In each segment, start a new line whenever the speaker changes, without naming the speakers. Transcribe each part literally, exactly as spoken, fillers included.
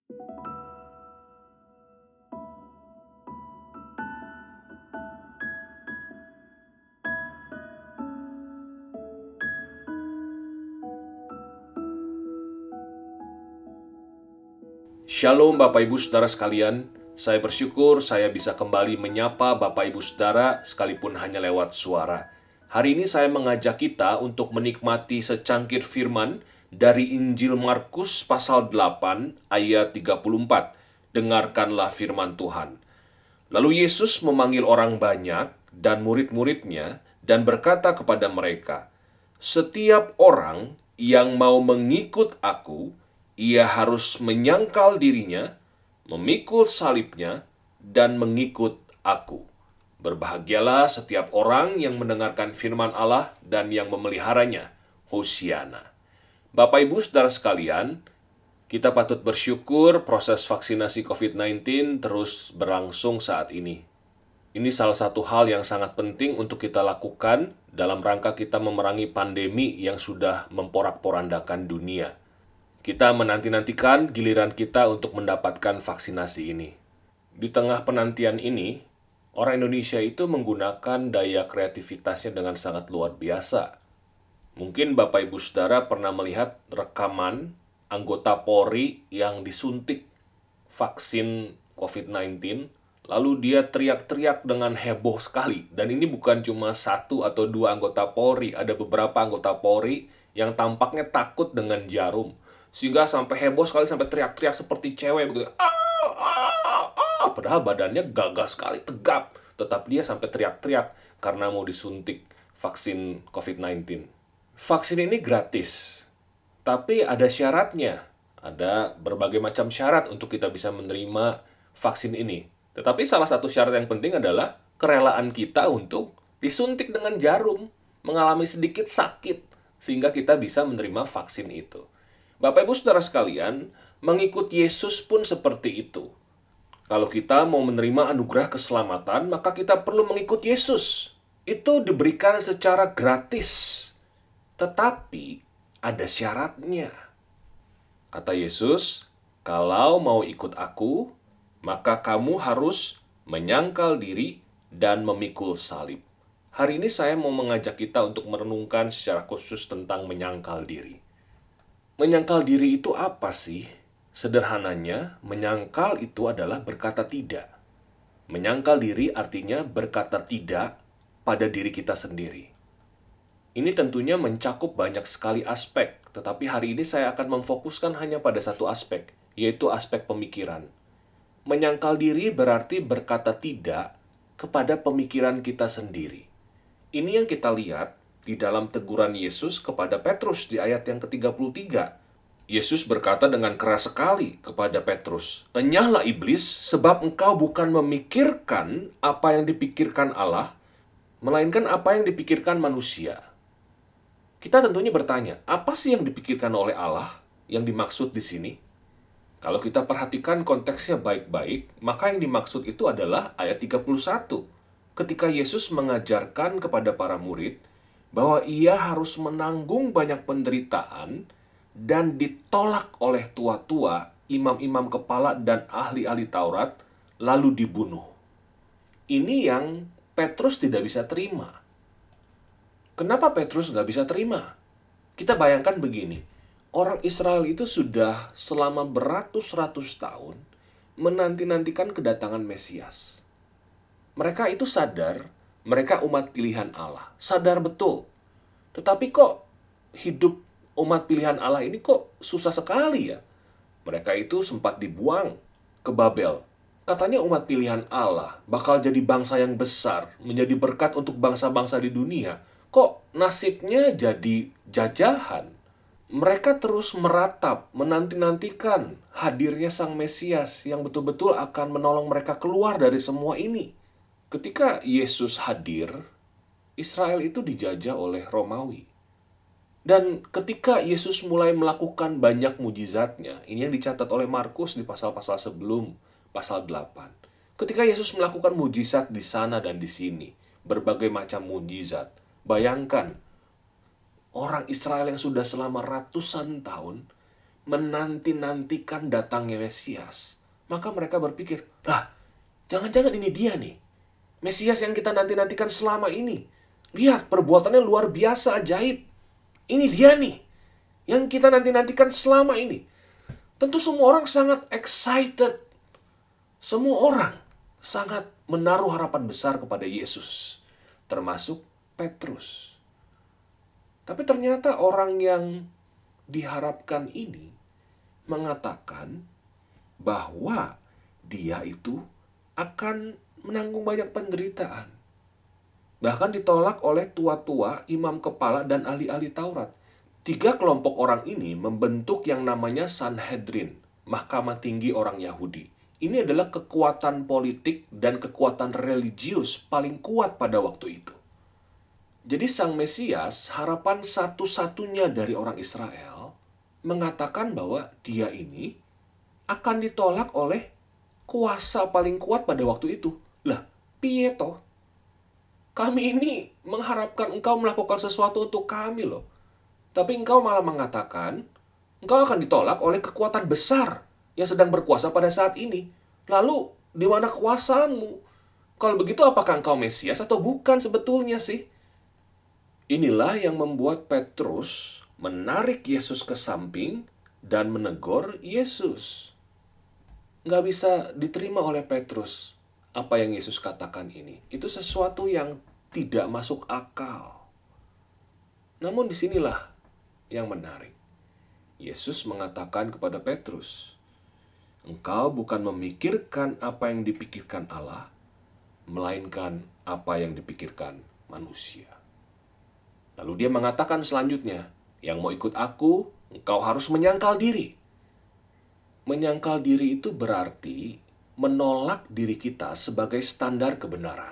Shalom Bapak Ibu Saudara sekalian, saya bersyukur saya bisa kembali menyapa Bapak Ibu Saudara sekalipun hanya lewat suara. Hari ini saya mengajak kita untuk menikmati secangkir firman dari Injil Markus pasal delapan ayat tiga puluh empat. Dengarkanlah firman Tuhan. Lalu Yesus memanggil orang banyak dan murid-muridnya dan berkata kepada mereka, "Setiap orang yang mau mengikut aku, ia harus menyangkal dirinya, memikul salibnya, dan mengikut aku. Berbahagialah setiap orang yang mendengarkan firman Allah dan yang memeliharanya. Hosiana." Bapak Ibu Saudara sekalian, kita patut bersyukur proses vaksinasi covid sembilan belas terus berlangsung saat ini. Ini salah satu hal yang sangat penting untuk kita lakukan dalam rangka kita memerangi pandemi yang sudah memporak-porandakan dunia. Kita menanti-nantikan giliran kita untuk mendapatkan vaksinasi ini. Di tengah penantian ini, orang Indonesia itu menggunakan daya kreativitasnya dengan sangat luar biasa. Mungkin Bapak Ibu Saudara pernah melihat rekaman anggota Polri yang disuntik vaksin covid sembilan belas, lalu dia teriak-teriak dengan heboh sekali. Dan ini bukan cuma satu atau dua anggota Polri, ada beberapa anggota Polri yang tampaknya takut dengan jarum. Sehingga sampai heboh sekali, sampai teriak-teriak seperti cewek begitu. Ah, ah, ah. Padahal badannya gagah sekali, tegap. Tetap dia sampai teriak-teriak karena mau disuntik vaksin covid sembilan belas. Vaksin ini gratis, tapi ada syaratnya. Ada berbagai macam syarat untuk kita bisa menerima vaksin ini. Tetapi salah satu syarat yang penting adalah kerelaan kita untuk disuntik dengan jarum, mengalami sedikit sakit, sehingga kita bisa menerima vaksin itu. Bapak Ibu Saudara sekalian, mengikut Yesus pun seperti itu. Kalau kita mau menerima anugerah keselamatan, maka kita perlu mengikut Yesus. Itu diberikan secara gratis. Tetapi ada syaratnya. Kata Yesus, "Kalau mau ikut aku, maka kamu harus menyangkal diri dan memikul salib." Hari ini saya mau mengajak kita untuk merenungkan secara khusus tentang menyangkal diri. Menyangkal diri itu apa sih? Sederhananya, menyangkal itu adalah berkata tidak. Menyangkal diri artinya berkata tidak pada diri kita sendiri. Ini tentunya mencakup banyak sekali aspek, tetapi hari ini saya akan memfokuskan hanya pada satu aspek, yaitu aspek pemikiran. Menyangkal diri berarti berkata tidak kepada pemikiran kita sendiri. Ini yang kita lihat di dalam teguran Yesus kepada Petrus di ayat yang ke tiga puluh tiga. Yesus berkata dengan keras sekali kepada Petrus, "Enyahlah iblis, sebab engkau bukan memikirkan apa yang dipikirkan Allah, melainkan apa yang dipikirkan manusia." Kita tentunya bertanya, apa sih yang dipikirkan oleh Allah yang dimaksud di sini? Kalau kita perhatikan konteksnya baik-baik, maka yang dimaksud itu adalah ayat tiga puluh satu. Ketika Yesus mengajarkan kepada para murid bahwa ia harus menanggung banyak penderitaan dan ditolak oleh tua-tua, imam-imam kepala, dan ahli-ahli Taurat, lalu dibunuh. Ini yang Petrus tidak bisa terima. Kenapa Petrus nggak bisa terima? Kita bayangkan begini, orang Israel itu sudah selama beratus-ratus tahun menanti-nantikan kedatangan Mesias. Mereka itu sadar, mereka umat pilihan Allah, sadar betul. Tetapi kok hidup umat pilihan Allah ini kok susah sekali ya? Mereka itu sempat dibuang ke Babel. Katanya umat pilihan Allah bakal jadi bangsa yang besar, menjadi berkat untuk bangsa-bangsa di dunia. Kok nasibnya jadi jajahan? Mereka terus meratap, menanti-nantikan hadirnya Sang Mesias yang betul-betul akan menolong mereka keluar dari semua ini. Ketika Yesus hadir, Israel itu dijajah oleh Romawi. Dan ketika Yesus mulai melakukan banyak mujizatnya, ini yang dicatat oleh Markus di pasal-pasal sebelum pasal delapan. Ketika Yesus melakukan mujizat di sana dan di sini, berbagai macam mujizat, bayangkan, orang Israel yang sudah selama ratusan tahun menanti-nantikan datangnya Mesias, maka mereka berpikir, lah, jangan-jangan ini dia nih, Mesias yang kita nanti-nantikan selama ini. Lihat, perbuatannya luar biasa, ajaib. Ini dia nih, yang kita nanti-nantikan selama ini. Tentu semua orang sangat excited. Semua orang sangat menaruh harapan besar kepada Yesus, termasuk Petrus. Tapi ternyata orang yang diharapkan ini mengatakan bahwa dia itu akan menanggung banyak penderitaan. Bahkan ditolak oleh tua-tua, imam kepala, dan ahli-ahli Taurat. Tiga kelompok orang ini membentuk yang namanya Sanhedrin, Mahkamah Tinggi orang Yahudi. Ini adalah kekuatan politik dan kekuatan religius paling kuat pada waktu itu. Jadi Sang Mesias, harapan satu-satunya dari orang Israel, mengatakan bahwa dia ini akan ditolak oleh kuasa paling kuat pada waktu itu. Lah, piye toh? Kami ini mengharapkan engkau melakukan sesuatu untuk kami loh. Tapi engkau malah mengatakan, engkau akan ditolak oleh kekuatan besar yang sedang berkuasa pada saat ini. Lalu, di mana kuasamu? Kalau begitu, apakah engkau Mesias atau bukan sebetulnya sih? Inilah yang membuat Petrus menarik Yesus ke samping dan menegur Yesus. Nggak bisa diterima oleh Petrus apa yang Yesus katakan ini. Itu sesuatu yang tidak masuk akal. Namun disinilah yang menarik. Yesus mengatakan kepada Petrus, engkau bukan memikirkan apa yang dipikirkan Allah, melainkan apa yang dipikirkan manusia. Lalu dia mengatakan selanjutnya, yang mau ikut aku, engkau harus menyangkal diri. Menyangkal diri itu berarti menolak diri kita sebagai standar kebenaran.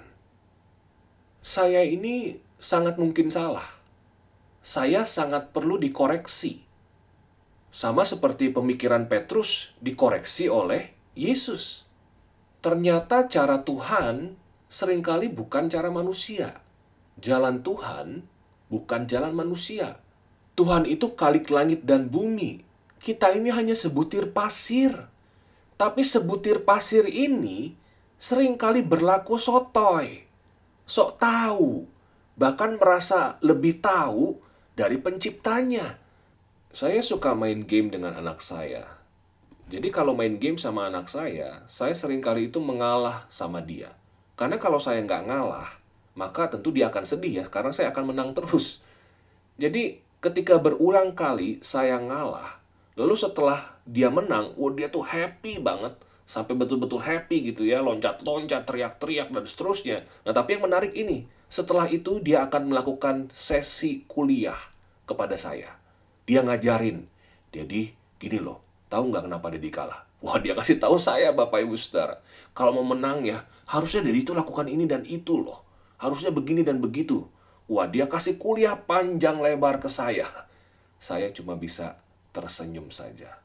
Saya ini sangat mungkin salah. Saya sangat perlu dikoreksi. Sama seperti pemikiran Petrus dikoreksi oleh Yesus. Ternyata cara Tuhan seringkali bukan cara manusia. Jalan Tuhan bukan jalan manusia. Tuhan itu Khalik langit dan bumi. Kita ini hanya sebutir pasir. Tapi sebutir pasir ini seringkali berlaku sotoy. Sok tahu. Bahkan merasa lebih tahu dari penciptanya. Saya suka main game dengan anak saya. Jadi kalau main game sama anak saya, saya seringkali itu mengalah sama dia. Karena kalau saya nggak ngalah, maka tentu dia akan sedih ya, karena saya akan menang terus. Jadi ketika berulang kali saya ngalah, lalu setelah dia menang, wah dia tuh happy banget. Sampai betul-betul happy gitu ya, loncat-loncat, teriak-teriak, dan seterusnya. Nah tapi yang menarik ini, setelah itu dia akan melakukan sesi kuliah kepada saya. Dia ngajarin, Dedi, gini loh, tahu nggak kenapa Dedi kalah? Wah dia kasih tahu saya, Bapak Ibu Saudara. Kalau mau menang ya, harusnya Dedi itu lakukan ini dan itu loh. Harusnya begini dan begitu. Wah dia kasih kuliah panjang lebar ke saya. Saya cuma bisa tersenyum saja.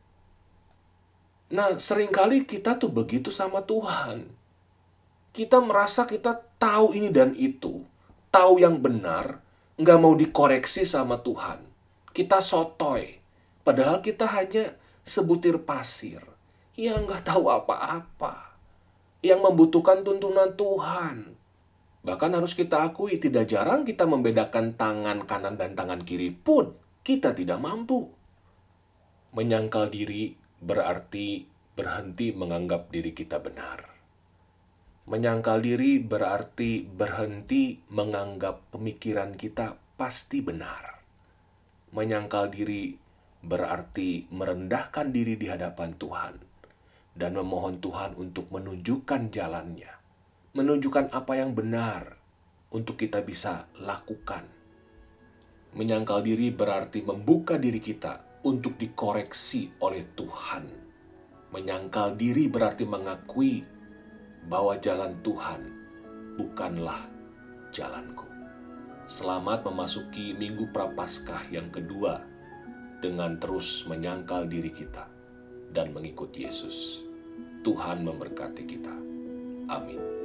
Nah, seringkali kita tuh begitu sama Tuhan. Kita merasa kita tahu ini dan itu, tahu yang benar, nggak mau dikoreksi sama Tuhan. Kita sotoy, padahal kita hanya sebutir pasir yang nggak tahu apa-apa, yang membutuhkan tuntunan Tuhan. Bahkan harus kita akui, tidak jarang kita membedakan tangan kanan dan tangan kiri pun kita tidak mampu. Menyangkal diri berarti berhenti menganggap diri kita benar. Menyangkal diri berarti berhenti menganggap pemikiran kita pasti benar. Menyangkal diri berarti merendahkan diri di hadapan Tuhan dan memohon Tuhan untuk menunjukkan jalannya, menunjukkan apa yang benar untuk kita bisa lakukan. Menyangkal diri berarti membuka diri kita untuk dikoreksi oleh Tuhan. Menyangkal diri berarti mengakui bahwa jalan Tuhan bukanlah jalanku. Selamat memasuki Minggu Prapaskah yang kedua dengan terus menyangkal diri kita dan mengikut Yesus. Tuhan memberkati kita. Amin.